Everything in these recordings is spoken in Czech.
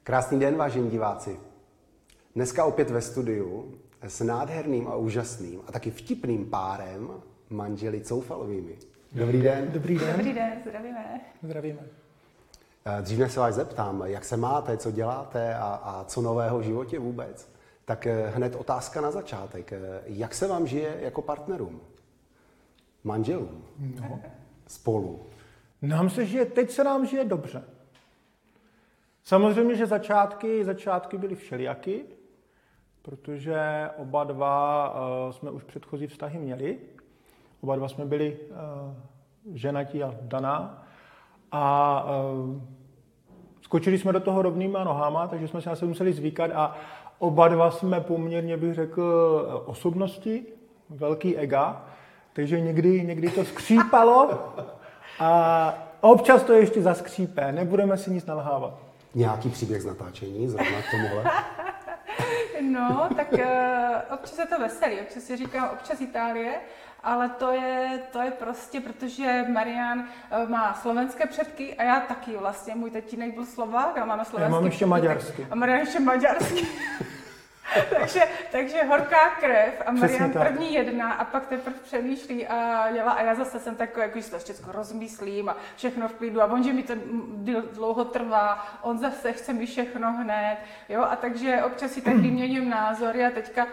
Krásný den, vážení diváci. Dneska opět ve studiu s nádherným a úžasným a taky vtipným párem manželi Coufalovými. Dobrý den. Dobrý den. Dobrý den, zdravíme. Zdravíme. Dřív než se vás zeptám, jak se máte, co děláte a co nového v životě vůbec, tak hned otázka na začátek. Jak se vám žije jako partnerům? Manželům? No. Spolu? Teď se nám žije dobře. Samozřejmě, že začátky byly všelijaky, protože oba dva jsme už předchozí vztahy měli. Oba dva jsme byli ženatí a vdaná. A skočili jsme do toho rovnýma nohama, takže jsme se na sebe museli zvykat a oba dva jsme poměrně, bych řekl, osobnosti, velký ega, takže někdy to skřípalo a občas to ještě zaskřípe, nebudeme si nic nalhávat. Nějaký příběh z natáčení zrovna k tomuhle? No, tak občas je to veselý, občas si říkám, občas Itálie, ale to je prostě, protože Marian má slovenské předky a já taky vlastně, můj tatínek byl Slovák a máme slovenské. Já mám ještě maďarsky. A Marian ještě maďarsky. takže horká krev a Marian první jedná a pak teprve přemýšlí a dělá a já zase jsem takový, jako, že to všechno rozmyslím a všechno v klidu a on, že mi to dlouho trvá, on zase chce mi všechno hned, jo, a takže občas si tak vyměním názory a teďka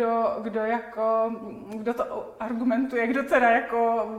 kdo to argumentuje, kdo teda jako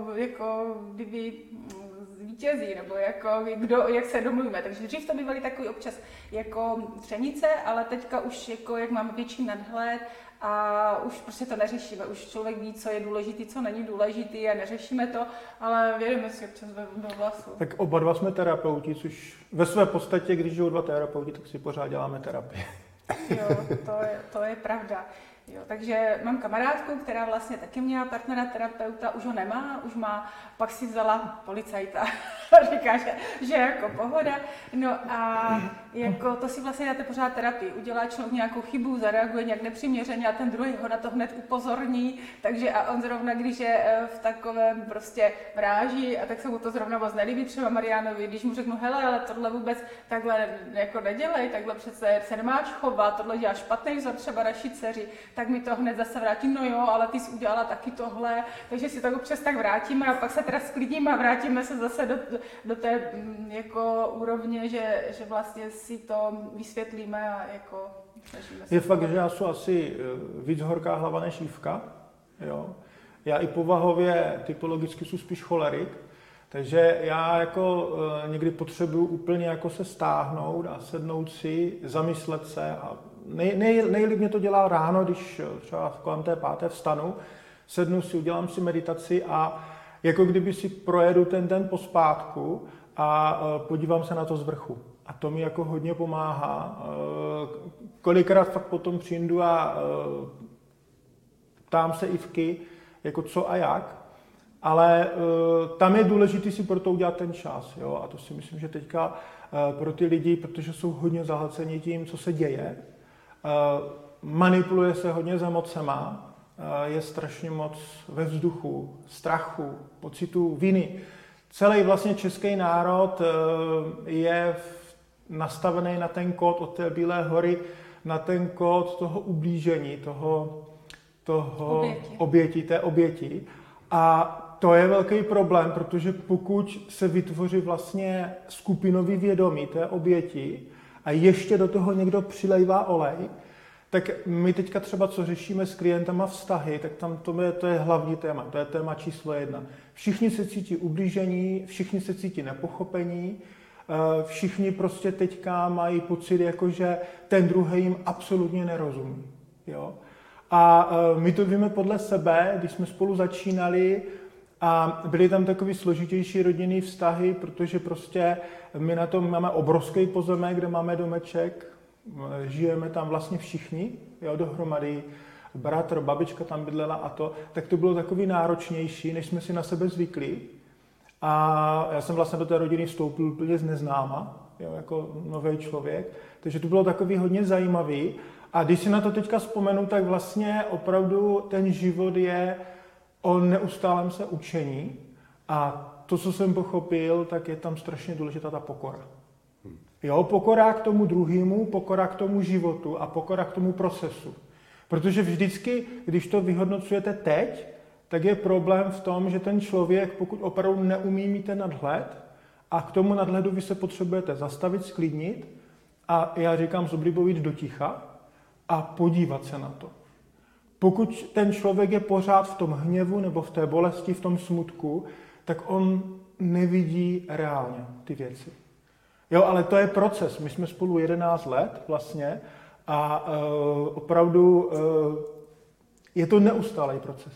vítězí, nebo jak se domluvíme. Takže dřív to bývaly takový občas jako třenice, ale teďka už jak máme větší nadhled a už prostě to neřešíme. Už člověk ví, co je důležitý, co není důležitý a neřešíme to, ale vědeme si občas do vlasu. Tak oba dva jsme terapeuti, což ve své podstatě, když žijou dva terapeuti, tak si pořád děláme terapii. Jo, to je pravda. Jo, takže mám kamarádku, která vlastně taky měla partnera terapeuta, už ho nemá, už má, pak si vzala policajta a říká, že jako pohoda. No a jako to si vlastně dáte pořád terapii. Udělá člověk nějakou chybu, zareaguje nějak nepřiměřeně a ten druhý ho na to hned upozorní, takže a on zrovna, když je v takovém prostě mráži a tak se mu to zrovna moc nelíbí, třeba Marianovi, když mu řeknu, hele, ale tohle vůbec takhle jako nedělej, takhle přece se nemáš chovat, tohle děláš špatný vzor třeba naší dceři, tak mi to hned zase vrátí, no jo, ale ty jsi udělala taky tohle, takže si to občas tak vrátíme a pak se teda sklidíme a vrátíme se zase do té jako úrovně, že vlastně si to vysvětlíme a jako snažíme se. Je fakt, že já jsem asi víc horká hlava než Jivka, jo. Já i povahově typologicky jsem spíš cholerik, takže já jako někdy potřebuju úplně jako se stáhnout a sednout si, zamyslet se a nejlíp mě to dělá ráno, když třeba kolem té 5. vstanu, sednu si, udělám si meditaci a jako kdyby si projedu ten den pospátku a podívám se na to z vrchu. A to mi jako hodně pomáhá. Kolikrát fakt potom přijdu a ptám se Ivky, jako co a jak, ale tam je důležité si pro to udělat ten čas. Jo? A to si myslím, že teďka pro ty lidi, protože jsou hodně zahlceni tím, co se děje, manipuluje se hodně s emocema, je strašně moc ve vzduchu, strachu, pocitu viny. Celý vlastně český národ je nastavený na ten kód od té Bílé hory, na ten kód toho ublížení, toho oběti. A to je velký problém, protože pokud se vytvoří vlastně skupinový vědomí té oběti a ještě do toho někdo přilejvá olej, tak my teďka třeba, co řešíme s klientama vztahy, tak tam to je hlavní téma, to je téma číslo 1. Všichni se cítí ublížení, všichni se cítí nepochopení, všichni prostě teďka mají pocit, jako že ten druhý jim absolutně nerozumí. Jo? A my to víme podle sebe, když jsme spolu začínali a byly tam takový složitější rodinný vztahy, protože prostě my na tom máme obrovský pozemek, kde máme domeček, žijeme tam vlastně všichni, jo, dohromady, bratr, babička tam bydlela a to, tak to bylo takový náročnější, než jsme si na sebe zvykli. A já jsem vlastně do té rodiny vstoupil úplně z neznáma, jo, jako nový člověk, takže to bylo takový hodně zajímavý. A když si na to teďka vzpomenu, tak vlastně opravdu ten život je o neustálém se učení a to, co jsem pochopil, tak je tam strašně důležitá ta pokora. Jo, pokora k tomu druhému, pokora k tomu životu a pokora k tomu procesu. Protože vždycky, když to vyhodnocujete teď, tak je problém v tom, že ten člověk, pokud opravdu neumí mít ten nadhled, a k tomu nadhledu vy se potřebujete zastavit, sklidnit a já říkám z oblibou jít do ticha a podívat se na to. Pokud ten člověk je pořád v tom hněvu nebo v té bolesti, v tom smutku, tak on nevidí reálně ty věci. Jo, ale to je proces. My jsme spolu 11 let vlastně a opravdu je to neustálý proces.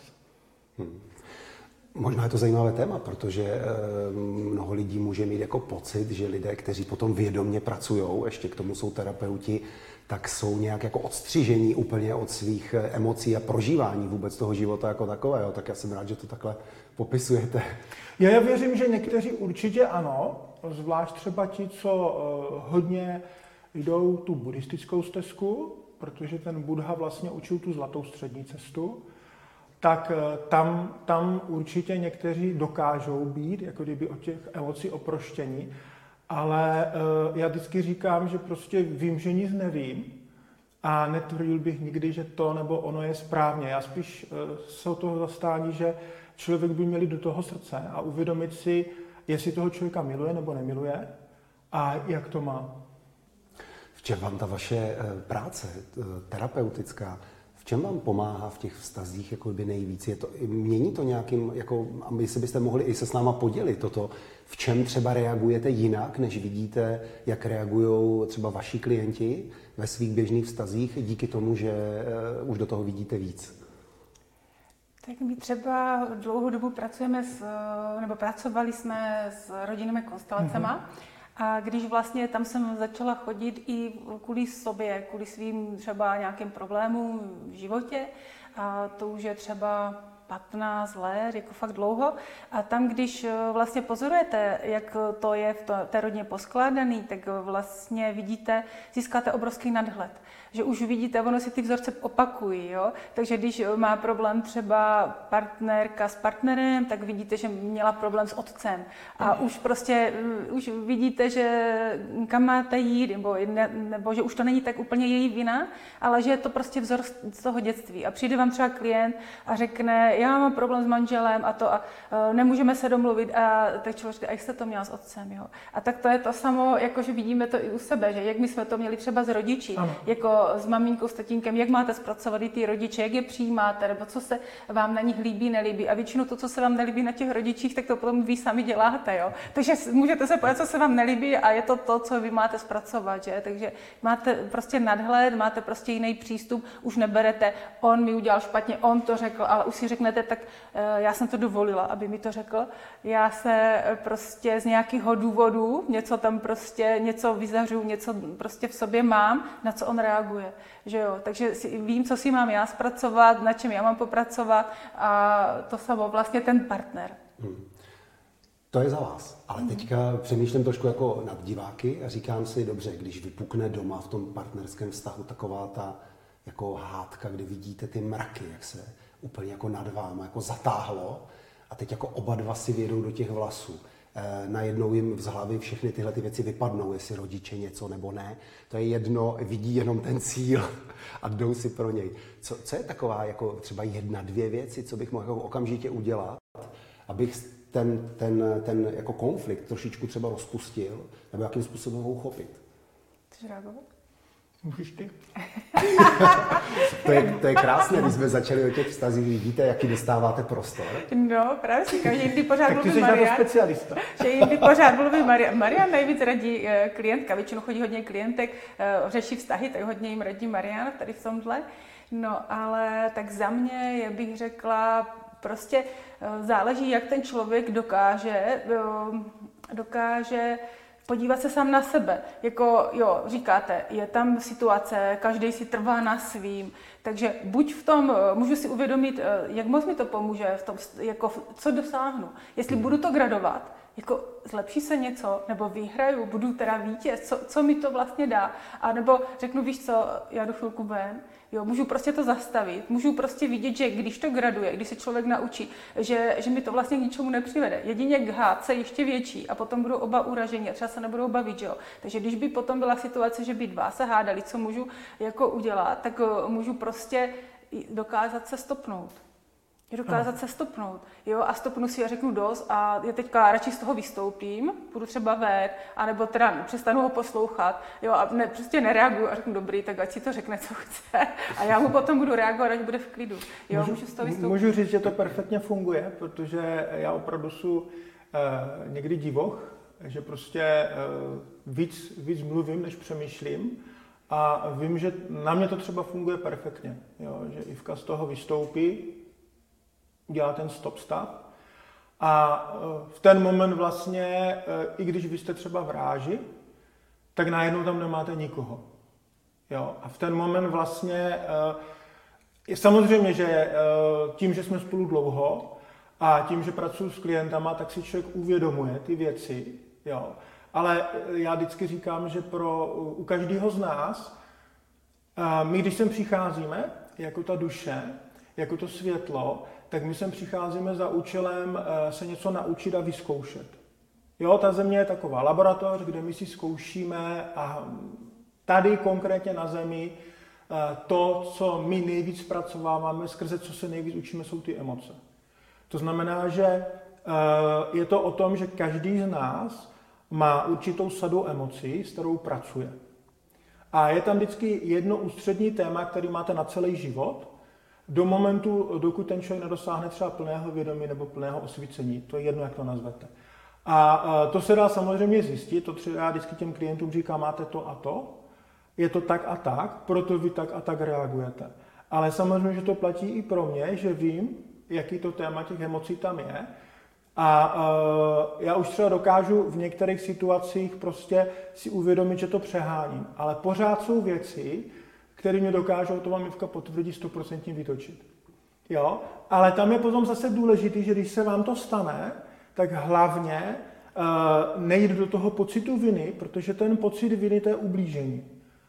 Možná je to zajímavé téma, protože mnoho lidí může mít jako pocit, že lidé, kteří potom vědomě pracují, ještě k tomu jsou terapeuti, tak jsou nějak jako odstřižení úplně od svých emocí a prožívání vůbec toho života jako takového. Tak já jsem rád, že to takhle popisujete. Já věřím, že někteří určitě ano, zvlášť třeba ti, co hodně jdou tu buddhistickou stezku, protože ten Buddha vlastně učil tu zlatou střední cestu, tak tam určitě někteří dokážou být, jako kdyby od těch emocí oproštění, ale já vždycky říkám, že prostě vím, že nic nevím a netvrdil bych nikdy, že to nebo ono je správně. Já spíš se toho zastání, že člověk by měl jít do toho srdce a uvědomit si, jestli toho člověka miluje nebo nemiluje a jak to má. V čem vám ta vaše práce terapeutická, v čem vám pomáhá v těch vztazích jako by nejvíc? Mění to nějakým, jako, jestli byste mohli i se s náma podělit toto, v čem třeba reagujete jinak, než vidíte, jak reagují třeba vaši klienti ve svých běžných vztazích, díky tomu, že už do toho vidíte víc? Tak my třeba dlouhou dobu pracovali jsme s rodinnými konstelacemi. A když vlastně tam jsem začala chodit i kvůli sobě, kvůli svým třeba nějakým problémům v životě, a to už je třeba 15 let, jako fakt dlouho. A tam, když vlastně pozorujete, jak to je v té rodině poskládaný, tak vlastně vidíte, získáte obrovský nadhled. Že už vidíte, ono si ty vzorce opakují, jo? Takže když má problém třeba partnerka s partnerem, tak vidíte, že měla problém s otcem. A už vidíte, že kam máte jít, nebo že už to není tak úplně její vina, ale že je to prostě vzor z toho dětství. A přijde vám třeba klient a řekne, já mám problém s manželem a nemůžeme se domluvit. A tak člověk říká, jak jste to měla s otcem, jo? A tak to je to samo, jakože vidíme to i u sebe, že jak my jsme to měli třeba s rodiči, jako s maminkou, s tatínkem, jak máte zpracovat i ty rodiče, jak je přijímáte, nebo co se vám na nich líbí, nelíbí. A většinou to, co se vám nelíbí na těch rodičích, tak to potom vy sami děláte, jo. Takže můžete se podívat, co se vám nelíbí a je to, co vy máte zpracovat, že? Takže máte prostě nadhled, máte prostě jiný přístup, už neberete, on mi udělal špatně, on to řekl, ale už si řeknete, tak já jsem to dovolila, aby mi to řekl. Já se prostě z nějakého důvodu něco vyzařuju, něco prostě v sobě mám, na co on reaguje. Že jo? Takže vím, co si mám já zpracovat, na čem já mám popracovat a to samo vlastně ten partner. To je za vás. Ale teďka přemýšlím trošku jako nad diváky a říkám si, dobře, když vypukne doma v tom partnerském vztahu taková ta jako hádka, kdy vidíte ty mraky, jak se úplně jako nad váma jako zatáhlo a teď jako oba dva si vědou do těch vlasů. Najednou jim z hlavy všechny tyhle ty věci vypadnou, jestli rodiče něco nebo ne. To je jedno, vidí jenom ten cíl a jdou si pro něj. Co je taková jako třeba 1-2 věci, co bych mohl jako okamžitě udělat, abych ten jako konflikt trošičku třeba rozpustil, nebo jakým způsobem ho uchopit? Chceš reagovat? Můžeš ty? To je krásné, když jsme začali o těch vztazích, vidíte, jaký dostáváte prostor. No, právě si říkám, že jindy pořád mluví Marian. Tak ty jsi na to specialista. Že jindy pořád mluví Marian. Marian nejvíc radí klientka, většinou chodí hodně klientek, řeší vztahy, tak hodně jim radí Marian tady v tomhle. No, ale tak za mě bych řekla, prostě záleží, jak ten člověk dokáže podívat se sám na sebe. Jako, jo, říkáte, je tam situace, každý si trvá na svým, takže buď v tom, můžu si uvědomit, jak moc mi to pomůže, v tom, jako, co dosáhnu. Jestli budu to gradovat, jako zlepší se něco, nebo vyhraju, budu teda vítěz, co mi to vlastně dá. A nebo řeknu, víš co, já jdu chvilku ven, Jo, můžu prostě to zastavit, můžu prostě vidět, že když to graduje, když se člověk naučí, že mi to vlastně k ničemu nepřivede. Jedině k hádce ještě větší a potom budou oba uraženi a třeba se nebudou bavit, jo. Takže když by potom byla situace, že by dva se hádali, co můžu jako udělat, tak můžu prostě dokázat se stopnout. Jo, a stopnu si a řeknu dost a já teďka radši z toho vystoupím, půjdu třeba ven, anebo teda přestanu ho poslouchat, jo, a prostě nereaguju a řeknu dobrý, tak ať si to řekne, co chce a já mu potom budu reagovat, ať bude v klidu. Jo, můžu z toho vystoupit. Můžu říct, že to perfektně funguje, protože já opravdu jsem někdy divoch, že prostě víc mluvím, než přemýšlím. A vím, že na mě to třeba funguje perfektně, jo, že Ivka z toho vystoupí, udělá ten stop stav a v ten moment vlastně, i když vy jste třeba v ráži, tak najednou tam nemáte nikoho. Jo, a v ten moment vlastně, samozřejmě, že tím, že jsme spolu dlouho a tím, že pracuji s klientama, tak si člověk uvědomuje ty věci, jo. Ale já vždycky říkám, že u každého z nás, my když sem přicházíme, jako ta duše, jako to světlo, tak my sem přicházíme za účelem se něco naučit a vyzkoušet. Jo, ta země je taková laboratoř, kde my si zkoušíme a tady konkrétně na zemi to, co my nejvíc zpracováváme, skrze co se nejvíc učíme, jsou ty emoce. To znamená, že je to o tom, že každý z nás má určitou sadu emocí, s kterou pracuje. A je tam vždycky jedno ústřední téma, který máte na celý život, do momentu, dokud ten člověk nedosáhne třeba plného vědomí nebo plného osvícení. To je jedno, jak to nazvete. A to se dá samozřejmě zjistit, to třeba já vždycky těm klientům říkám, máte to a to, je to tak a tak, proto vy tak a tak reagujete. Ale samozřejmě, že to platí i pro mě, že vím, jaký to téma těch emocí tam je. A já už třeba dokážu v některých situacích prostě si uvědomit, že to přeháním. Ale pořád jsou věci, které mě dokážou, to vám Ivka potvrdí, 100% vytočit. Jo? Ale tam je potom zase důležité, že když se vám to stane, tak hlavně nejít do toho pocitu viny, protože ten pocit viny, to je ublížení.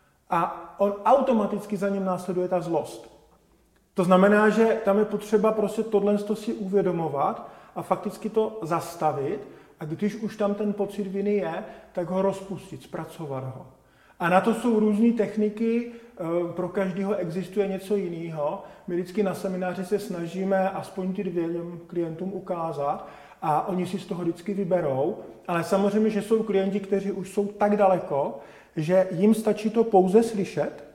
A on automaticky za ním následuje ta zlost. To znamená, že tam je potřeba prostě tohle si uvědomovat a fakticky to zastavit a když už tam ten pocit viny je, tak ho rozpustit, zpracovat ho. A na to jsou různé techniky, pro každého existuje něco jiného. My vždycky na semináři se snažíme aspoň ty dvě klientům ukázat a oni si z toho vždycky vyberou. Ale samozřejmě, že jsou klienti, kteří už jsou tak daleko, že jim stačí to pouze slyšet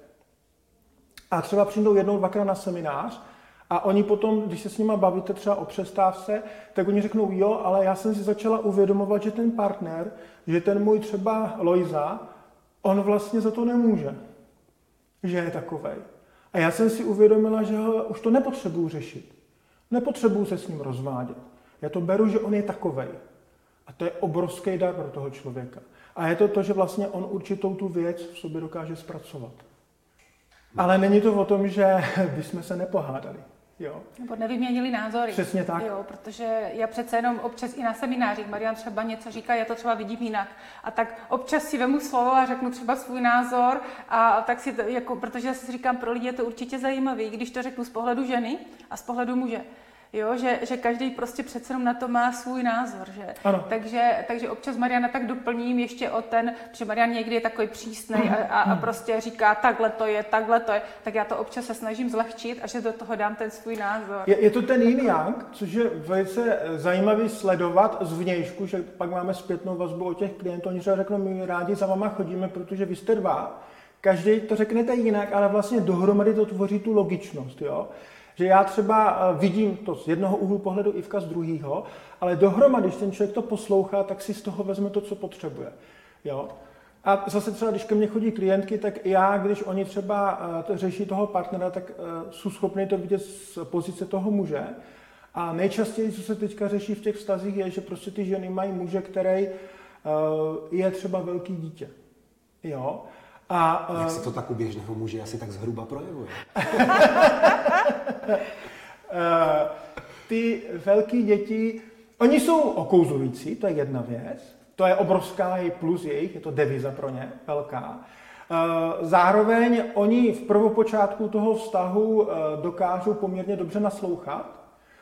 a třeba přijdou jednou, dvakrát na seminář a oni potom, když se s nima bavíte třeba o přestávce, tak oni řeknou, jo, ale já jsem si začala uvědomovat, že ten partner, že ten můj třeba Lojza, on vlastně za to nemůže, že je takovej. A já jsem si uvědomila, že už to nepotřebuju řešit. Nepotřebuju se s ním rozvádět. Já to beru, že on je takovej. A to je obrovský dar pro toho člověka. A je to to, že vlastně on určitou tu věc v sobě dokáže zpracovat. Ale není to o tom, že bychom se nepohádali. Jo. Nebo nevyměnili názory. Přesně tak. Jo, protože já přece jenom občas i na seminářích, Marian třeba něco říká, já to třeba vidím jinak. A tak občas si vemu slovo a řeknu třeba svůj názor, a tak si to, jako, protože si říkám, pro lidi je to určitě zajímavý, když to řeknu z pohledu ženy a z pohledu muže. Jo, že každý prostě přece jenom na to má svůj názor, že? Ano. Takže občas Mariana tak doplním ještě o ten, protože Marian někdy je takový přísnej a prostě říká takhle to je, tak já to občas se snažím zlehčit a že do toho dám ten svůj názor. Je to ten yin yang, což je velice zajímavý sledovat zvnějšku, že pak máme zpětnou vazbu od těch klientů, oni třeba řeknou, my rádi za váma chodíme, protože vy jste dva, každý to řeknete jinak, ale vlastně dohromady to tvoří tu logičnost, jo? Že já třeba vidím to z jednoho úhlu pohledu, Ivka z druhého, ale dohromady, když ten člověk to poslouchá, tak si z toho vezme to, co potřebuje. Jo? A zase třeba, když ke mně chodí klientky, tak já, když oni třeba řeší toho partnera, tak jsou schopni to vidět z pozice toho muže. A nejčastěji, co se teďka řeší v těch vztazích, je, že prostě ty ženy mají muže, který je třeba velký dítě. Jo? Jak se to tak u běžného muže asi tak zhruba projevuje? Ty velké děti, oni jsou okouzlující, to je jedna věc, to je obrovská plus jejich, je to deviza pro ně, velká, Zároveň oni v prvopočátku toho vztahu dokážou poměrně dobře naslouchat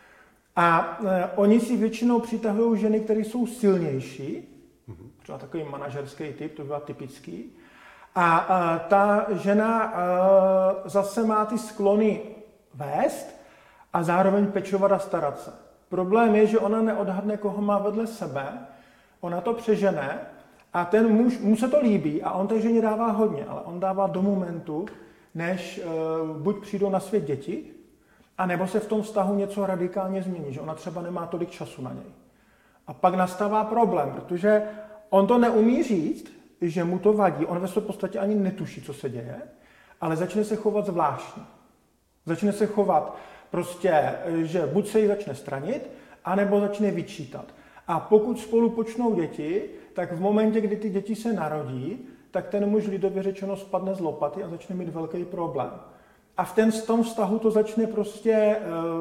a oni si většinou přitahují ženy, které jsou silnější, třeba takový manažerský typ, to byla typický. A ta žena zase má ty sklony vést a zároveň pečovat a starat se. Problém je, že ona neodhadne, koho má vedle sebe, ona to přežene a ten muž, mu se to líbí a on té ženě dává hodně, ale on dává do momentu, než buď přijdou na svět děti, anebo se v tom vztahu něco radikálně změní, že ona třeba nemá tolik času na něj. A pak nastává problém, protože on to neumí říct, že mu to vadí, on ve své podstatě ani netuší, co se děje, ale začne se chovat zvláštně. Začne se chovat prostě, že buď se jí začne stranit, anebo začne vyčítat. A pokud spolu počnou děti, tak v momentě, kdy ty děti se narodí, tak ten muž lidově řečeno spadne z lopaty a začne mít velký problém. A v tom vztahu to začne prostě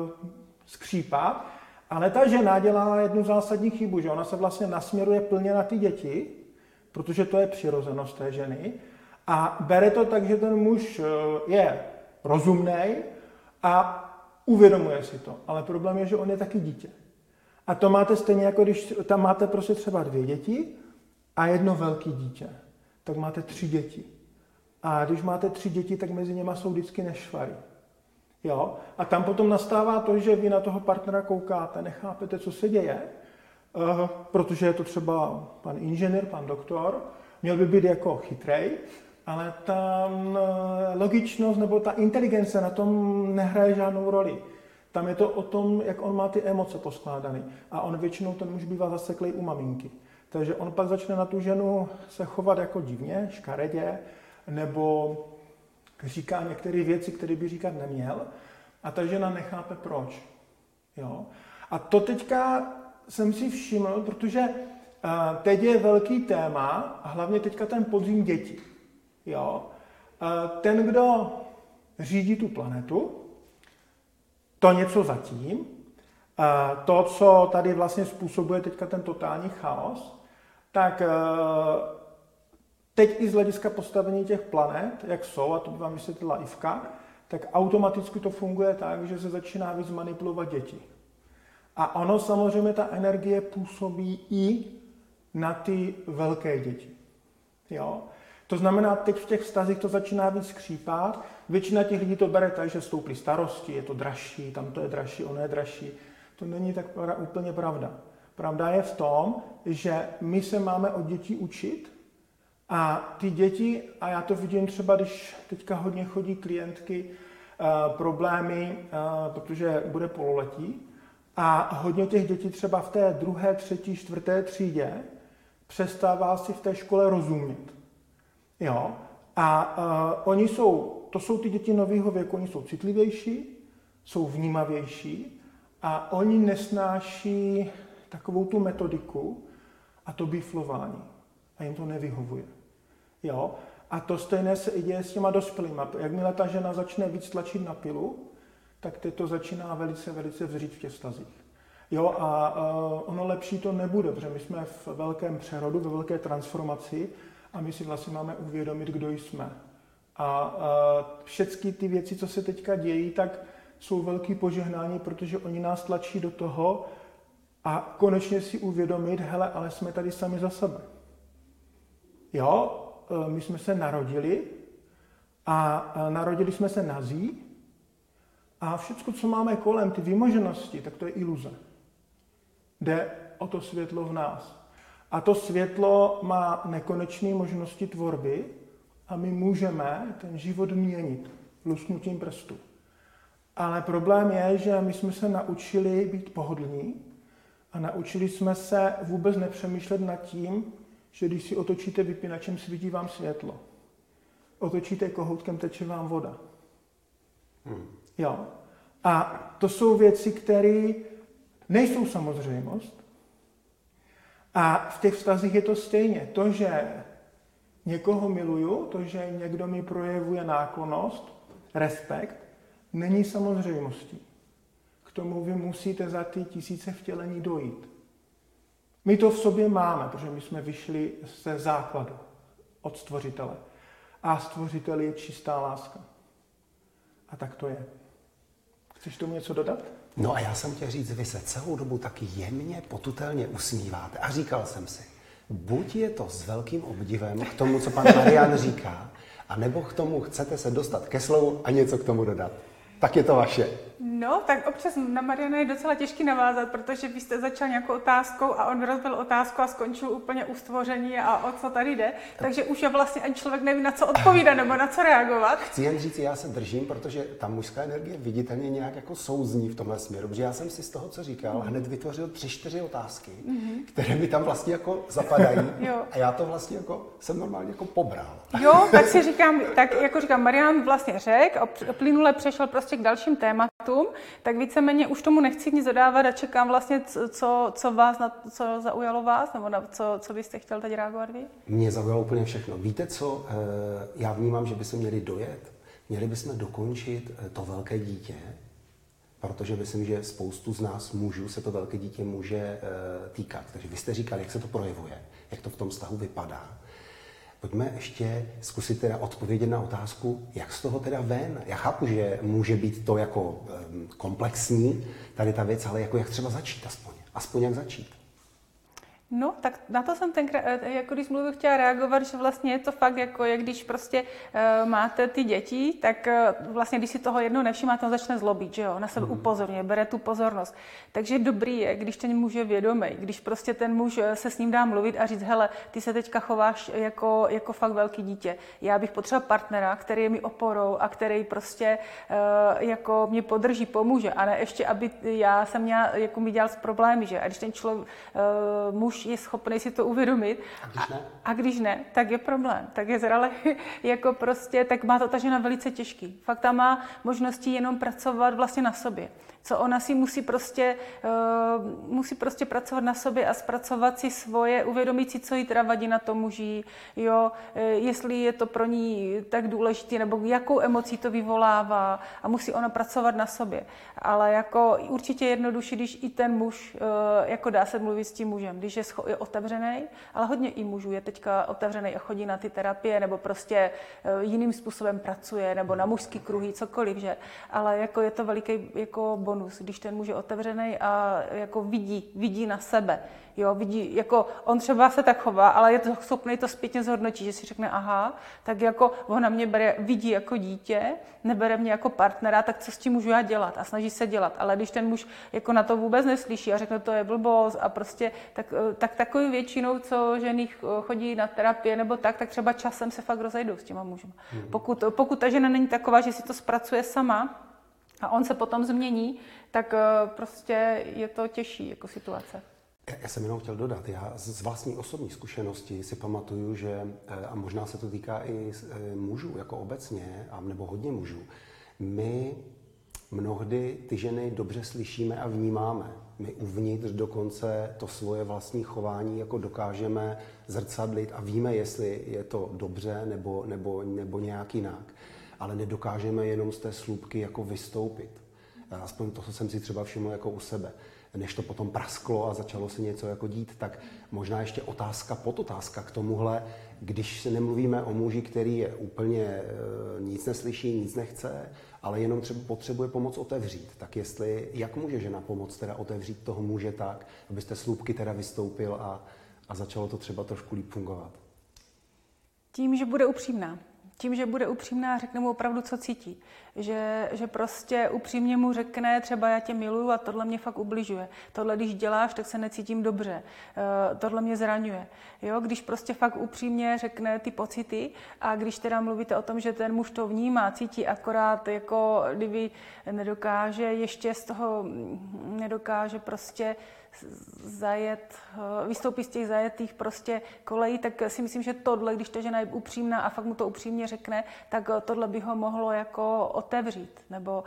skřípat, ale ta žena dělá jednu zásadní chybu, že ona se vlastně nasměruje plně na ty děti, protože to je přirozenost té ženy a bere to tak, že ten muž je rozumnej a uvědomuje si to. Ale problém je, že on je taky dítě. A to máte stejně, jako když tam máte prostě třeba 2 děti a jedno velké dítě. Tak máte 3 děti. A když máte 3 děti, tak mezi něma jsou vždycky nešvary. Jo? A tam potom nastává to, že vy na toho partnera koukáte, nechápete, co se děje, protože je to třeba pan inženýr, pan doktor, měl by být jako chytrej, ale ta logičnost nebo ta inteligence na tom nehraje žádnou roli. Tam je to o tom, jak on má ty emoce poskládané. A on většinou, ten muž bývá zaseklej u maminky. Takže on pak začne na tu ženu se chovat jako divně, škaredě, nebo říká některé věci, které by říkat neměl. A ta žena nechápe proč. Jo? A to teďka jsem si všiml, protože teď je velký téma, a hlavně teďka ten podzim dětí. Jo? Ten, kdo řídí tu planetu, to něco zatím, to, co tady vlastně způsobuje teďka ten totální chaos, tak teď i z hlediska postavení těch planet, jak jsou, a to by vám vysvětlila Ivka, tak automaticky to funguje tak, že se začíná víc manipulovat děti. A ono samozřejmě, ta energie působí i na ty velké děti. Jo? To znamená, teď v těch vztazích to začíná víc skřípat. Většina těch lidí to bere tak, že stouply starosti, je to dražší, tam to je dražší, ono je dražší. To není tak úplně pravda. Pravda je v tom, že my se máme od dětí učit a ty děti, a já to vidím třeba, když teďka hodně chodí klientky, problémy, protože bude pololetí, a hodně těch dětí třeba v té 2., 3., 4. třídě přestává si v té škole rozumět. Jo? A to jsou ty děti nového věku, oni jsou citlivější, jsou vnímavější a oni nesnáší takovou tu metodiku a to biflování. A jim to nevyhovuje. Jo? A to stejné se i děje s těma dospělýma. Jakmile ta žena začne víc tlačit na pilu, tak teď to začíná velice, velice vřít v těch vztazích. Jo, a ono lepší to nebude, protože my jsme v velkém přerodu, ve velké transformaci a my si vlastně máme uvědomit, kdo jsme. A všechny ty věci, co se teďka dějí, tak jsou velký požehnání, protože oni nás tlačí do toho a konečně si uvědomit, hele, ale jsme tady sami za sebe. Jo, my jsme se narodili a narodili jsme se nazí a všechno, co máme kolem, ty vymoženosti, tak to je iluze. Jde o to světlo v nás. A to světlo má nekonečné možnosti tvorby a my můžeme ten život měnit lusknutím prstu. Ale problém je, že my jsme se naučili být pohodlní a naučili jsme se vůbec nepřemýšlet nad tím, že když si otočíte vypínačem, svítí vám světlo. Otočíte kohoutkem, teče vám voda. Jo. A to jsou věci, které nejsou samozřejmost. A v těch vztazích je to stejně. To, že někoho miluju, to, že někdo mi projevuje náklonnost, respekt, není samozřejmostí. K tomu vy musíte za ty 1000 vtělení dojít. My to v sobě máme, protože my jsme vyšli ze základu od Stvořitele. a stvořitel je čistá láska. A tak to je. Chceš tomu něco dodat? No a já jsem chtěl říct, vy se celou dobu taky jemně, potutelně usmíváte. A říkal jsem si, buď je to s velkým obdivem k tomu, co pan Marian říká, anebo k tomu chcete se dostat ke slovu a něco k tomu dodat. Tak je to vaše. No, tak občas na Mariana je docela těžký navázat, protože vy jste začal nějakou otázkou a on rozbil otázku a skončil úplně u stvoření a o co tady jde. Takže už je vlastně ani člověk neví, na co odpovídat nebo na co reagovat. Chci jen říct, já se držím, protože ta mužská energie viditelně nějak jako souzní v tomhle směru, protože já jsem si z toho, co říkal, hned vytvořil 3-4 otázky, které mi tam vlastně jako zapadají. A já to vlastně jako jsem normálně jako pobral. Jo, tak si říkám, tak jako říkám, Marian vlastně řekl a plynule přešel prostě k dalším tématům, tak víceméně už tomu nechci nic dodávat a čekám vlastně, co zaujalo vás, nebo na co byste chtěl teď reagovat vy? Mě zaujalo úplně všechno. Víte co, já vnímám, že bychom měli dojet, měli bychom dokončit to velké dítě, protože myslím, že spoustu z nás mužů se to velké dítě může týkat. Takže vy jste říkali, jak se to projevuje, jak to v tom vztahu vypadá. Pojďme ještě zkusit teda odpovědět na otázku, jak z toho teda ven. Já chápu, že může být to jako komplexní, tady ta věc, ale jako jak třeba začít aspoň. Aspoň jak začít. No, tak na to jsem tenkrát, jako když mluvil, chtěla reagovat, že vlastně je to fakt jako, jak když prostě máte ty děti, tak vlastně, když si toho jednou nevšimáte, on začne zlobit, že jo, na sebe upozorňuje, bere tu pozornost. Takže dobrý je, když ten muž je vědomý, když prostě ten muž se s ním dá mluvit a říct, hele, ty se teďka chováš jako fakt velký dítě. Já bych potřeboval partnera, který je mi oporou a který prostě jako mě podrží, pomůže, a ne ještě, aby já jsem měla, jako mi dělal problémy, že? A když ten muž je schopný si to uvědomit. A když ne, tak je problém. Tak je zralé, jako prostě, tak má to ta žena velice těžký. Fakt tam má možnosti jenom pracovat vlastně na sobě. Co ona si musí prostě pracovat na sobě a zpracovat si svoje, uvědomit si, co jí teda vadí na tom muži, jo, jestli je to pro ní tak důležité, nebo jakou emocí to vyvolává, a musí ona pracovat na sobě. Ale jako určitě jednodušší, když i ten muž jako dá se mluvit s tím mužem, když je otevřený, ale hodně i mužů je teďka otevřený a chodí na ty terapie, nebo prostě jiným způsobem pracuje, nebo na mužský kruhy, cokoliv, že? Ale jako je to veliký jako bonus, když ten muž je otevřený a jako vidí na sebe. Jo, vidí, jako on třeba se tak chová, ale je to schopný to zpětně zhodnotit, že si řekne, aha, tak jako on na mě vidí jako dítě, nebere mě jako partnera, tak co s tím můžu já dělat? A snaží se dělat. Ale když ten muž jako na to vůbec neslyší a řekne, to je blbost a prostě, tak takový většinou, co ženy chodí na terapie nebo tak třeba časem se fakt rozejdou s těma mužema. Pokud ta žena není taková, že si to zpracuje sama a on se potom změní, tak prostě je to těžší jako situace. Já jsem jenom chtěl dodat, já z vlastní osobní zkušenosti si pamatuju, že, a možná se to týká i mužů jako obecně, nebo hodně mužů, my mnohdy ty ženy dobře slyšíme a vnímáme. My uvnitř dokonce to svoje vlastní chování jako dokážeme zrcadlit a víme, jestli je to dobře nebo nějak jinak. Ale nedokážeme jenom z té slupky jako vystoupit. Aspoň to jsem si třeba všiml jako u sebe. Než to potom prasklo a začalo se něco jako dít, tak možná ještě podotázka k tomuhle, když se nemluvíme o muži, který je úplně nic neslyší, nic nechce, ale jenom třeba potřebuje pomoc otevřít, tak jak může žena pomoct teda otevřít toho muže tak, abyste slupky teda vystoupil a začalo to třeba trošku líp fungovat? Tím, že bude upřímná. Tím, že bude upřímná a řekne mu opravdu, co cítí. Že prostě upřímně mu řekne, třeba já tě miluju a tohle mě fakt ubližuje. Tohle, když děláš, tak se necítím dobře. Tohle mě zraňuje. Jo? Když prostě fakt upřímně řekne ty pocity a když teda mluvíte o tom, že ten muž to vnímá, cítí, akorát jako kdyby nedokáže, ještě z toho nedokáže prostě vystoupit z těch zajetých prostě kolejí, tak si myslím, že tohle, když ta žena je upřímná a fakt mu to upřímně řekne, tak tohle by ho mohlo jako otevřít, nebo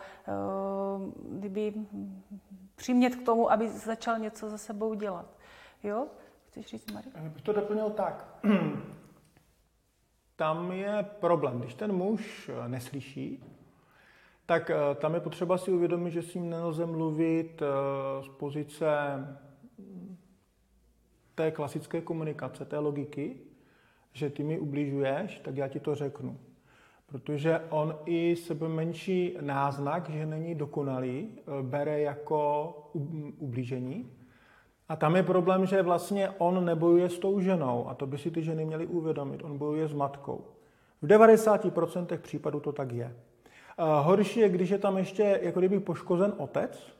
kdyby přimět k tomu, aby začal něco za sebou dělat. Jo? Chceš říct, Marie? Já bych to doplnil tak. Tam je problém, když ten muž neslyší, tak tam je potřeba si uvědomit, že s ním nelze mluvit z pozice té klasické komunikace, té logiky, že ty mi ubližuješ, tak já ti to řeknu. Protože on i sebe menší náznak, že není dokonalý, bere jako ublížení. A tam je problém, že vlastně on nebojuje s tou ženou, a to by si ty ženy měly uvědomit, on bojuje s matkou. V 90% případů to tak je. Horší je, když je tam ještě jako kdyby poškozen otec,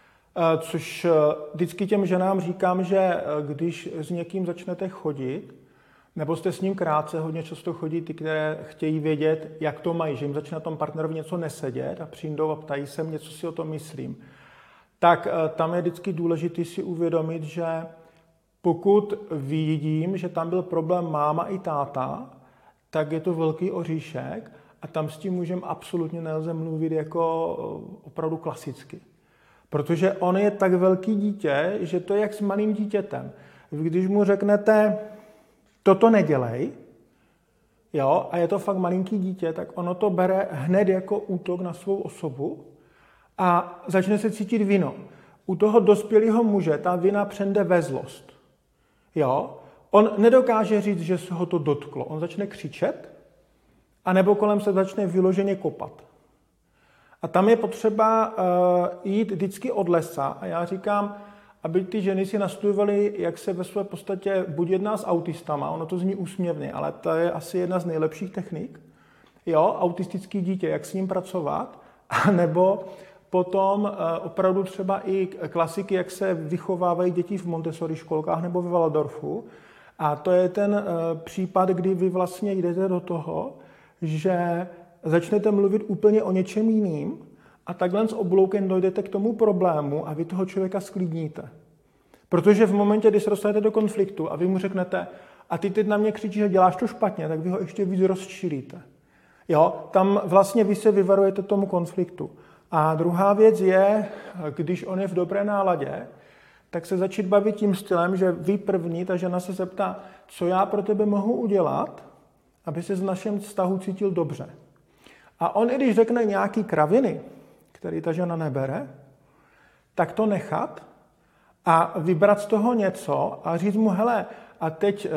což vždycky těm ženám říkám, že když s někým začnete chodit, nebo jste s ním krátce, hodně často chodí ty, které chtějí vědět, jak to mají, že jim začne na tom partnerovi něco nesedět a přijdou a ptají se mě, co si o tom myslím. Tak tam je vždycky důležité si uvědomit, že pokud vidím, že tam byl problém máma i táta, tak je to velký oříšek a tam s tím mužem absolutně nelze mluvit jako opravdu klasicky. Protože on je tak velký dítě, že to je jak s malým dítětem. Když mu řeknete, toto nedělej, jo, a je to fakt malinký dítě, tak ono to bere hned jako útok na svou osobu a začne se cítit vino. U toho dospělého muže ta vina přende ve zlost. Jo? On nedokáže říct, že se ho to dotklo. On začne křičet, anebo kolem se začne vyloženě kopat. A tam je potřeba jít vždycky od lesa. A já říkám, aby ty ženy si nastudovaly, jak se ve své podstatě buď jedná s autistama, ono to zní úsměvně, ale to je asi jedna z nejlepších technik, jo, autistický dítě, jak s ním pracovat, nebo potom opravdu třeba i klasiky, jak se vychovávají děti v Montessori školkách nebo ve Waldorfu. A to je ten případ, kdy vy vlastně jdete do toho, že začnete mluvit úplně o něčem jiným a takhle s obloukem dojdete k tomu problému a vy toho člověka sklidníte. Protože v momentě, kdy se dostanete do konfliktu a vy mu řeknete, a ty teď na mě křičíš, že děláš to špatně, tak vy ho ještě víc rozčilíte. Jo, tam vlastně vy se vyvarujete tomu konfliktu. A druhá věc je, když on je v dobré náladě, tak se začít bavit tím stylem, že vy první, ta žena se zeptá, co já pro tebe mohu udělat, aby se v našem vztahu cítil dobře. A on, i když řekne nějaký kraviny, který ta žena nebere, tak to nechat a vybrat z toho něco a říct mu, hele, a teď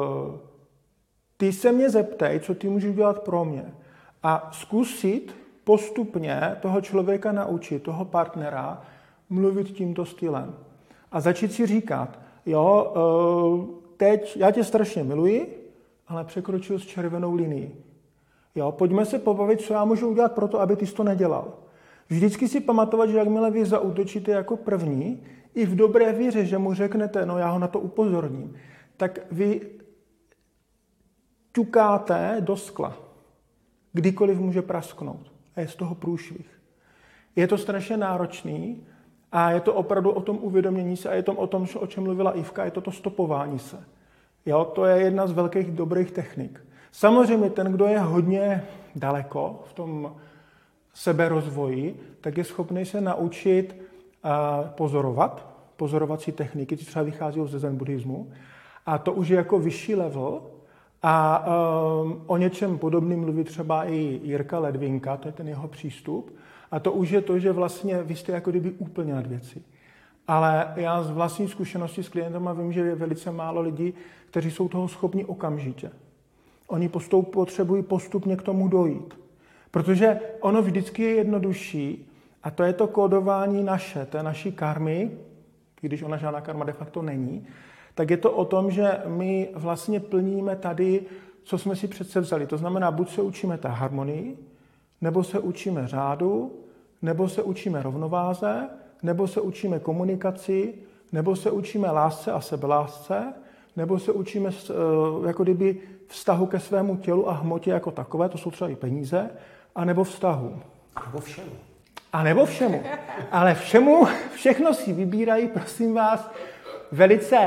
ty se mě zeptej, co ty můžeš dělat pro mě. A zkusit postupně toho člověka naučit, toho partnera, mluvit tímto stylem. A začít si říkat, jo, teď já tě strašně miluji, ale překročil s červenou linií. Jo, pojďme se pobavit, co já můžu udělat pro to, aby ty jsi to nedělal. Vždycky si pamatovat, že jakmile vy zaútočíte jako první, i v dobré víře, že mu řeknete, no já ho na to upozorním, tak vy ťukáte do skla. Kdykoliv může prasknout. A je z toho průšvih. Je to strašně náročný a je to opravdu o tom uvědomění se a je to o tom, o čem mluvila Ivka, je to stopování se. Jo, to je jedna z velkých dobrých technik. Samozřejmě ten, kdo je hodně daleko v tom seberozvoji, tak je schopný se naučit pozorovat, pozorovací techniky, ty třeba vychází ze zen buddhismu, a to už je jako vyšší level. A o něčem podobným mluví třeba i Jirka Ledvinka, to je ten jeho přístup. A to už je to, že vlastně vy jste jako kdyby úplně nad věcí. Ale já z vlastní zkušenosti s klientama vím, že je velice málo lidí, kteří jsou toho schopni okamžitě. Oni potřebují postupně k tomu dojít. Protože ono vždycky je jednodušší, a to je to kódování naše, té naší karmy, když ona žádná karma de facto není, tak je to o tom, že my vlastně plníme tady, co jsme si přece vzali. To znamená, buď se učíme té harmonii, nebo se učíme řádu, nebo se učíme rovnováze, nebo se učíme komunikaci, nebo se učíme lásce a sebelásce, nebo se učíme jako kdyby vztahu ke svému tělu a hmotě jako takové, to jsou třeba i peníze, a nebo vztahu. A nebo všemu. A nebo všemu. Ale všechno si vybírají, prosím vás, velice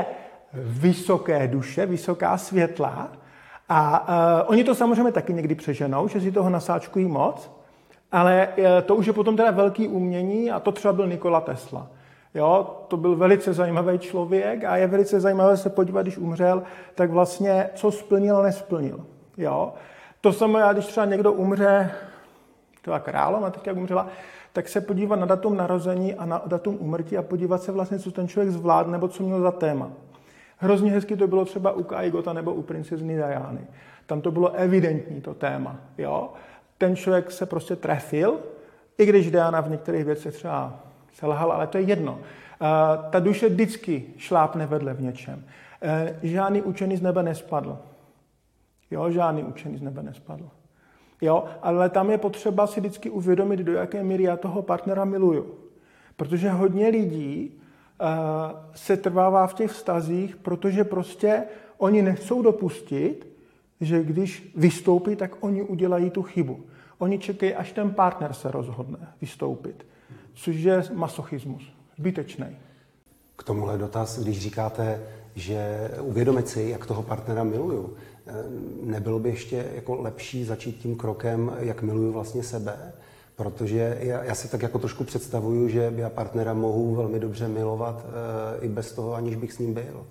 vysoké duše, vysoká světla. A oni to samozřejmě taky někdy přeženou, že si toho nasáčkují moc, ale to už je potom teda velký umění a to třeba byl Nikola Tesla. Jo, to byl velice zajímavý člověk a je velice zajímavé se podívat, když umřel, tak vlastně co splnil a nesplnil. Jo. To samé, když třeba někdo umře, byla královna, tak jak umřela, tak se podívat na datum narození a na datum úmrtí a podívat se vlastně, co ten člověk zvládl nebo co měl za téma. Hrozně hezky to bylo třeba u Kai Gotta nebo u princezny Diany. Tam to bylo evidentní, to téma. Jo? ten člověk se prostě trefil, i když Diana v některých věcech třeba selhala, ale to je jedno. Ta duše vždycky šlápne vedle v něčem. Žádný učený z nebe nespadl. Jo, žádný učený z nebe nespadl. Jo, ale tam je potřeba si vždycky uvědomit, do jaké míry já toho partnera miluju. Protože hodně lidí se trvává v těch vztazích, protože prostě oni nechcou dopustit, že když vystoupí, tak oni udělají tu chybu. Oni čekají, až ten partner se rozhodne vystoupit, což je masochismus, zbytečný. K tomuhle dotaz, když říkáte, že uvědomit si, jak toho partnera miluju, nebylo by ještě jako lepší začít tím krokem, jak miluju vlastně sebe? Protože já si tak jako trošku představuju, že já partnera mohu velmi dobře milovat i bez toho, aniž bych s ním byl.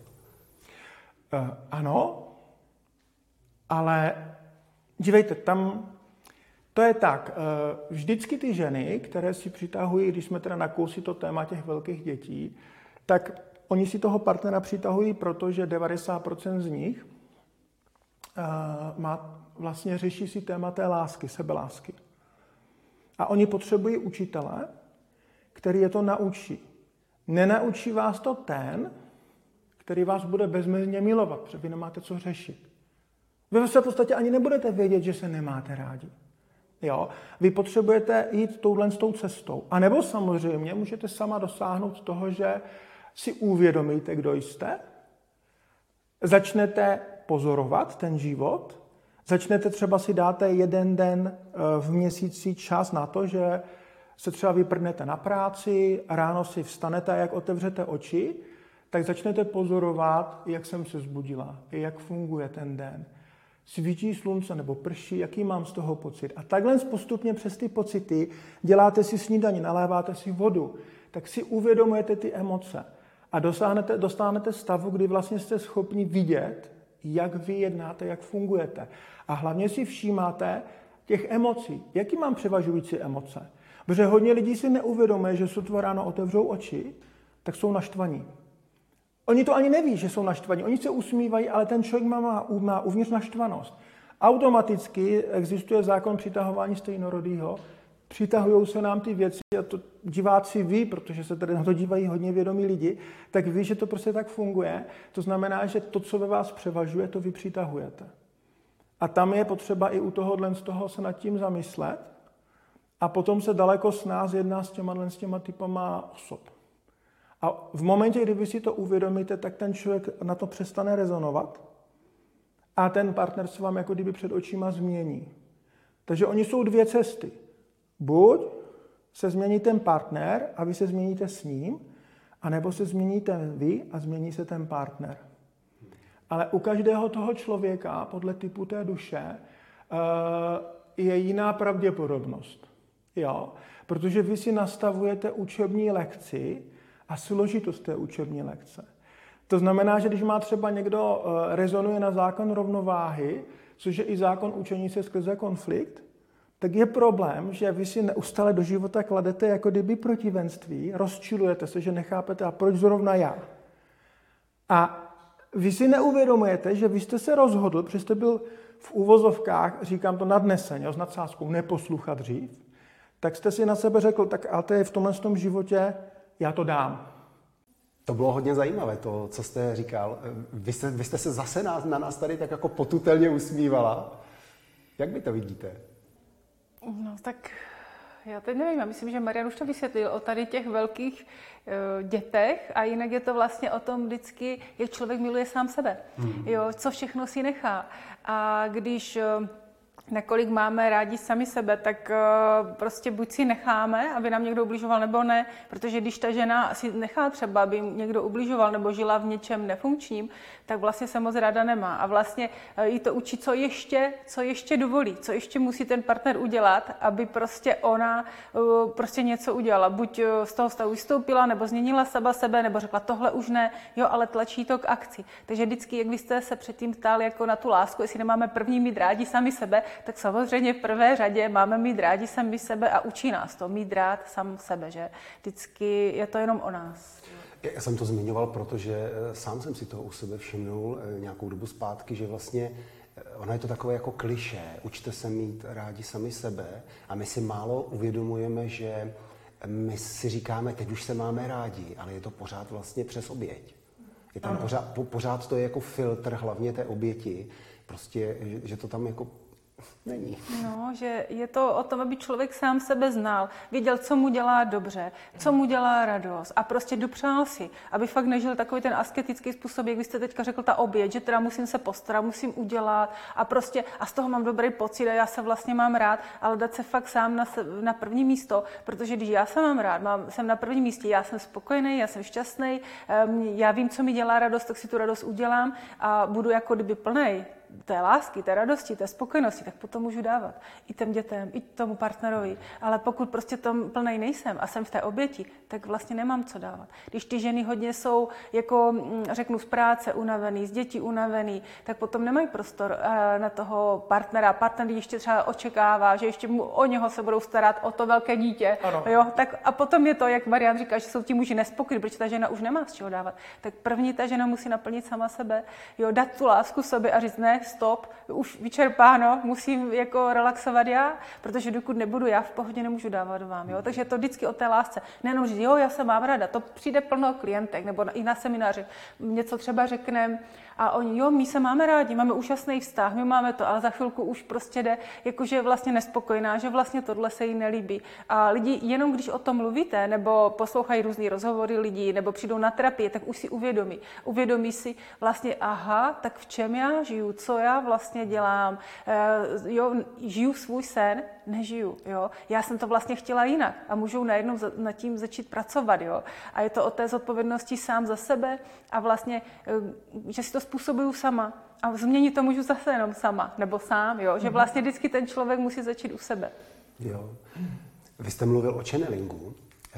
Ano, ale dívejte, tam to je tak. Vždycky ty ženy, které si přitahují, když jsme teda nakousli to téma těch velkých dětí, tak oni si toho partnera přitahují, protože 90% z nich vlastně řeší si téma té lásky, sebelásky. A oni potřebují učitele, který je to naučí. Nenaučí vás to ten, který vás bude bezmezně milovat, protože vy nemáte co řešit. Vy se v podstatě ani nebudete vědět, že se nemáte rádi. Jo? Vy potřebujete jít touhletou cestou. A nebo samozřejmě můžete sama dosáhnout toho, že si uvědomíte, kdo jste, začnete pozorovat ten život, začnete třeba si dáte jeden den v měsíci čas na to, že se třeba vyprdnete na práci, ráno si vstanete a jak otevřete oči, tak začnete pozorovat, jak jsem se zbudila, jak funguje ten den. Svítí slunce nebo prší, jaký mám z toho pocit. A takhle postupně přes ty pocity děláte si snídani, naléváte si vodu, tak si uvědomujete ty emoce a dostanete stavu, kdy vlastně jste schopni vidět, jak vy jednáte, jak fungujete. A hlavně si všímáte těch emocí. Jaký mám převažující emoce? Protože hodně lidí si neuvědomuje, že sotva ráno otevřou oči, tak jsou naštvaní. Oni to ani neví, že jsou naštvaní. Oni se usmívají, ale ten člověk má uvnitř naštvanost. Automaticky existuje zákon přitahování stejnorodýho. Přitahují se nám ty věci a to diváci ví, protože se tady na to dívají hodně vědomí lidi, tak ví, že to prostě tak funguje. To znamená, že to, co ve vás převažuje, to vy přitahujete. A tam je potřeba i u tohohle z toho se nad tím zamyslet a potom se daleko s nás jedná s těma typama osob. A v momentě, kdy vy si to uvědomíte, tak ten člověk na to přestane rezonovat a ten partner se vám jako kdyby před očima změní. Takže oni jsou dvě cesty. Buď se změní ten partner a vy se změníte s ním, anebo se změníte vy a změní se ten partner. Ale u každého toho člověka, podle typu té duše, je jiná pravděpodobnost. Jo? Protože vy si nastavujete učební lekci a složitost té učební lekce. To znamená, že když má třeba někdo rezonuje na zákon rovnováhy, což je i zákon učení se skrze konflikt, tak je problém, že vy si neustále do života kladete jako kdyby protivenství, rozčilujete se, že nechápete, a proč zrovna já. A vy si neuvědomujete, že vy jste se rozhodl, protože jste byl v uvozovkách, říkám to nadneseně, s nadsázkou, neposlouchat dřív, tak jste si na sebe řekl, tak ale to je v tomhle životě, já to dám. To bylo hodně zajímavé, to, co jste říkal. Vy jste se zase na nás tady tak jako potutelně usmívala. Jak vy to vidíte? No tak já teď nevím, já myslím, že Marian už to vysvětlil o tady těch velkých dětech a jinak je to vlastně o tom vždycky, jak člověk miluje sám sebe, jo, co všechno si nechá. A když nakolik máme rádi sami sebe, tak prostě buď si necháme, aby nám někdo ubližoval, nebo ne, protože když ta žena si nechá třeba, aby někdo ubližoval nebo žila v něčem nefunkčním, tak vlastně se moc ráda nemá. A vlastně jí to učí, co ještě dovolí, co ještě musí ten partner udělat, aby prostě ona prostě něco udělala. Buď z toho stavu vystoupila, nebo změnila sebe, nebo řekla tohle už ne, jo, ale tlačí to k akci. Takže vždycky, jak vy jste se předtím ptali jako na tu lásku, jestli nemáme první mít rádi sami sebe, tak samozřejmě v prvé řadě máme mít rádi sami sebe a učí nás to, mít rád sám sebe, že vždycky je to jenom o nás. Já jsem to zmiňoval, protože sám jsem si toho u sebe všimnul nějakou dobu zpátky, že vlastně ono je to takové jako klišé, učte se mít rádi sami sebe a my si málo uvědomujeme, že my si říkáme, teď už se máme rádi, ale je to pořád vlastně přes oběť. Je tam pořád to je jako filtr hlavně té oběti, prostě, že to tam jako není. No, že je to o tom, aby člověk sám sebe znal, věděl, co mu dělá dobře, co mu dělá radost a prostě dopřál si, aby fakt nežil takový ten asketický způsob, jak vy jste teďka řekl, ta oběť, že teda musím se postarat, musím udělat a z toho mám dobrý pocit a já se vlastně mám rád, ale dát se fakt sám na první místo, protože když já se mám rád, jsem na prvním místě, já jsem spokojený, já jsem šťastný, já vím, co mi dělá radost, tak si tu radost udělám a budu jako kdyby plnej té lásky, té radosti, té spokojenosti, tak potom můžu dávat i těm dětem, i tomu partnerovi. Ale pokud prostě tom plnej nejsem a jsem v té oběti, tak vlastně nemám co dávat. Když ty ženy hodně jsou, jako řeknu, z práce unavený, z dětí unavený, tak potom nemají prostor na toho partnera. Partner ještě třeba očekává, že ještě o něho se budou starat, o to velké dítě. Jo? Tak a potom je to, jak Marian říká, že jsou ti muži nespokojení, protože ta žena už nemá z čeho dávat. Tak první ta žena musí naplnit sama sebe, jo, dát tu lásku sobě a říct ne, stop, už vyčerpáno, musím jako relaxovat já, protože dokud nebudu já v pohodě, nemůžu dávat vám. Jo? Takže je to vždycky o té lásce. Nejenom říct, jo, já se mám ráda, to přijde plno klientek, nebo i na semináři něco třeba řekneme a oni, jo, my se máme rádi, máme úžasný vztah, my máme to, ale za chvilku už prostě jde, jakože je vlastně nespokojená, že vlastně tohle se jí nelíbí. A lidi, jenom když o tom mluvíte, nebo poslouchají různý rozhovory lidí, nebo přijdou na terapii, tak už si uvědomí si vlastně, aha, tak v čem já žiju, co já vlastně dělám, jo, žiju svůj sen, nežiju, jo. Já jsem to vlastně chtěla jinak a můžou najednou nad tím začít pracovat, jo. A je to o té zodpovědnosti sám za sebe a vlastně, že si to způsobuju sama a změnit to můžu zase jenom sama, nebo sám, jo. Že vlastně vždycky ten člověk musí začít u sebe. Jo. Vy jste mluvil o channelingu,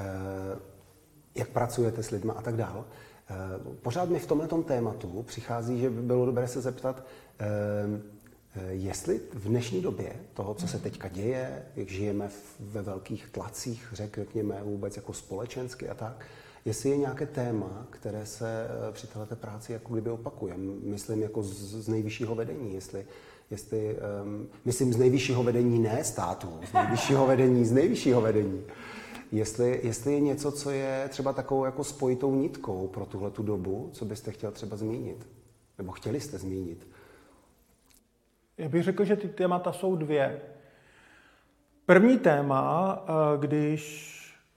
jak pracujete s lidma a tak dál. Pořád mi v tomhletom tématu přichází, že by bylo dobré se zeptat, jestli v dnešní době toho, co se teďka děje, jak žijeme ve velkých tlacích, řekněme vůbec jako společensky a tak, jestli je nějaké téma, které se při této práci jako kdyby opakuje. Myslím jako z nejvyššího vedení, myslím z nejvyššího vedení ne státu, z nejvyššího vedení. Jestli je něco, co je třeba takovou jako spojitou nitkou pro tuhletu dobu, co byste chtěl třeba zmínit? Nebo chtěli jste zmínit? Já bych řekl, že ty témata jsou dvě. První téma, když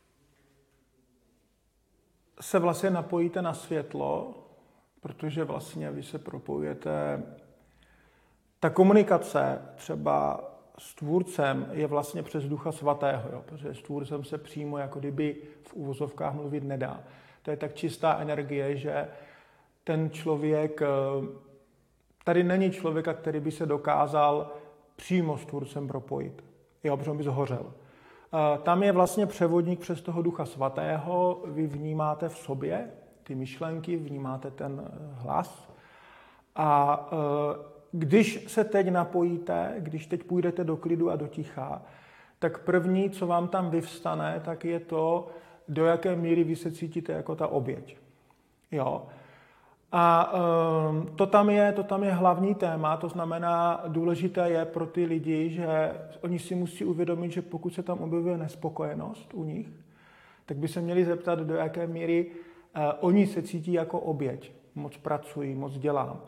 se vlastně napojíte na světlo, protože vlastně vy se propojujete, ta komunikace třeba s Tvůrcem je vlastně přes Ducha Svatého, jo, protože s Tvůrcem se přímo jako kdyby v uvozovkách mluvit nedá. To je tak čistá energie, že ten člověk, tady není člověka, který by se dokázal přímo s Tvůrcem propojit, jo, protože on by zhořel. Tam je vlastně převodník přes toho Ducha Svatého, vy vnímáte v sobě ty myšlenky, vnímáte ten hlas a když se teď napojíte, když teď půjdete do klidu a do ticha, tak první, co vám tam vyvstane, tak je to, do jaké míry vy se cítíte jako ta oběť. Jo. A to tam je hlavní téma, to znamená, důležité je pro ty lidi, že oni si musí uvědomit, že pokud se tam objevuje nespokojenost u nich, tak by se měli zeptat, do jaké míry oni se cítí jako oběť. Moc pracují, moc dělám.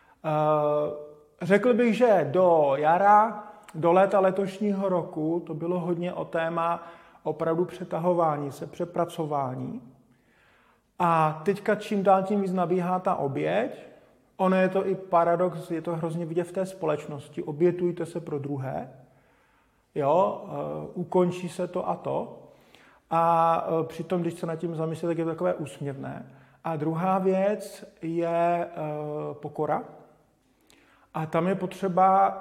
Řekl bych, že do jara, do léta letošního roku to bylo hodně o téma opravdu přetahování se, přepracování. A teďka čím dál tím víc nabíhá ta oběť. Ono je to i paradox, je to hrozně vidět v té společnosti. Obětujte se pro druhé, jo, ukončí se to a to. A přitom, když se nad tím zamyslíte, tak je to takové úsměvné. A druhá věc je pokora. A tam je potřeba,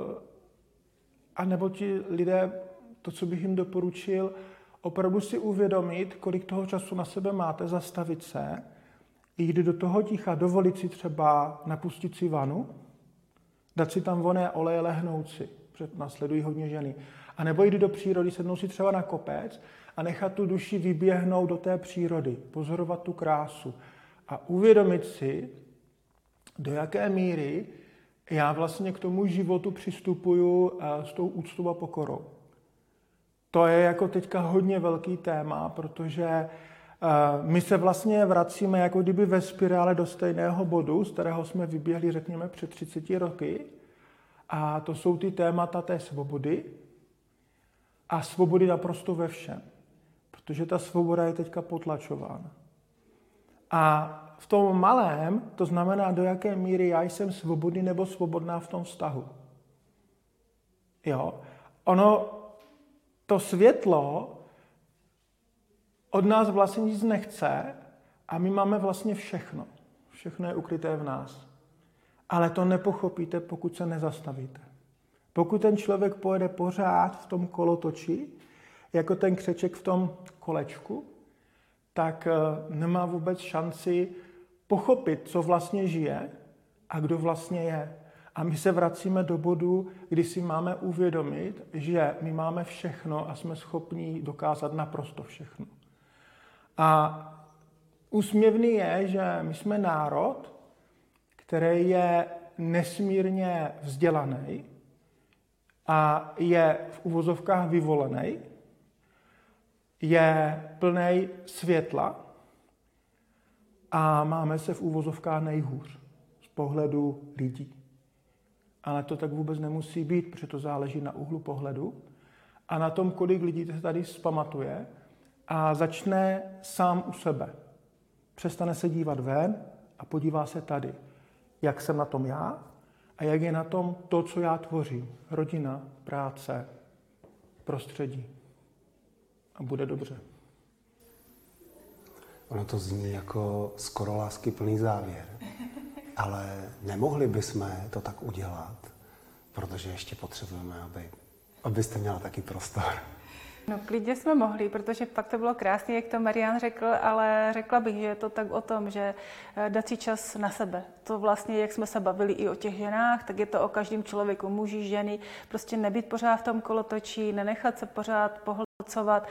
anebo ti lidé, to, co bych jim doporučil, opravdu si uvědomit, kolik toho času na sebe máte, zastavit se, jít do toho ticha, dovolit si třeba napustit si vanu, dát si tam vonné oleje, lehnout si, následují hodně ženy. A nebo jít do přírody, sednout si třeba na kopec a nechat tu duši vyběhnout do té přírody, pozorovat tu krásu a uvědomit si, do jaké míry Já vlastně k tomu životu přistupuju s tou úctou a pokorou. To je jako teďka hodně velký téma, protože my se vlastně vracíme jako kdyby ve spirále do stejného bodu, z kterého jsme vyběhli, řekněme, před 30 roky. A to jsou ty témata té svobody a svobody naprosto ve všem. Protože ta svoboda je teďka potlačována. A v tom malém, to znamená, do jaké míry já jsem svobodný nebo svobodná v tom vztahu. Jo? Ono, to světlo od nás vlastně nic nechce a my máme vlastně všechno. Všechno je ukryté v nás. Ale to nepochopíte, pokud se nezastavíte. Pokud ten člověk pojede pořád v tom kolotoči, jako ten křeček v tom kolečku, tak nemá vůbec šanci pochopit, co vlastně žije a kdo vlastně je. A my se vracíme do bodu, kdy si máme uvědomit, že my máme všechno a jsme schopni dokázat naprosto všechno. A úsměvný je, že my jsme národ, který je nesmírně vzdělaný a je v uvozovkách vyvolený, je plný světla a máme se v uvozovkách nejhůř z pohledu lidí. Ale to tak vůbec nemusí být, protože to záleží na úhlu pohledu a na tom, kolik lidí se tady vzpamatuje a začne sám u sebe. Přestane se dívat ven a podívá se tady, jak jsem na tom já a jak je na tom to, co já tvořím. Rodina, práce, prostředí. A bude dobře. Ono to zní jako skoro láskyplný závěr, ale nemohli bychom to tak udělat, protože ještě potřebujeme, abyste měla taky prostor. No klidně jsme mohli, protože pak to bylo krásné, jak to Marian řekl, ale řekla bych, že je to tak o tom, že dát si čas na sebe. To vlastně, jak jsme se bavili i o těch ženách, tak je to o každém člověku, muži, ženy, prostě nebýt pořád v tom kolotočí, nenechat se pořád pohlcovat,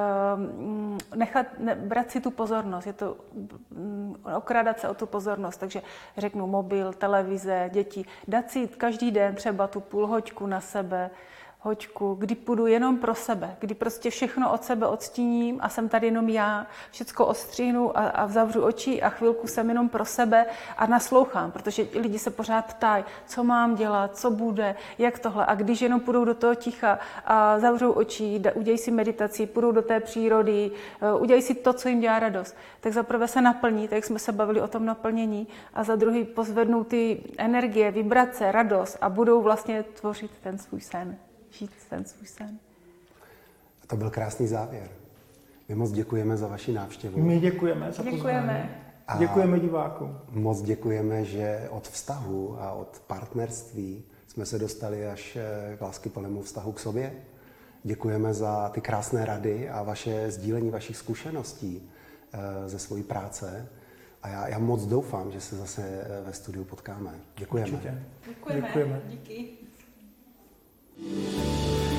brát si tu pozornost, je to okrádat se o tu pozornost, takže řeknu mobil, televize, děti, dát si každý den třeba tu půl hoďku na sebe, hoďku, kdy půjdu jenom pro sebe, kdy prostě všechno od sebe odstíním a jsem tady jenom já, všecko ostříhnu a zavřu oči a chvilku jsem jenom pro sebe a naslouchám, protože lidi se pořád ptají, co mám dělat, co bude, jak tohle. A když jenom půjdou do toho ticha a zavřou oči, udělají si meditaci, půjdou do té přírody, udělají si to, co jim dělá radost, tak zaprvé se naplní, tak jsme se bavili o tom naplnění a za druhý pozvednou ty energie, vibrace, radost a budou vlastně tvořit ten svůj sen. Žít ten svůj sen. A to byl krásný závěr. My moc děkujeme za vaši návštěvu. My děkujeme za pozvání. Děkujeme divákům. Moc děkujeme, že od vztahu a od partnerství jsme se dostali až k láskyplnému vztahu k sobě. Děkujeme za ty krásné rady a vaše sdílení vašich zkušeností ze své práce. A já moc doufám, že se zase ve studiu potkáme. Děkujeme. Určitě. Děkujeme. Díky.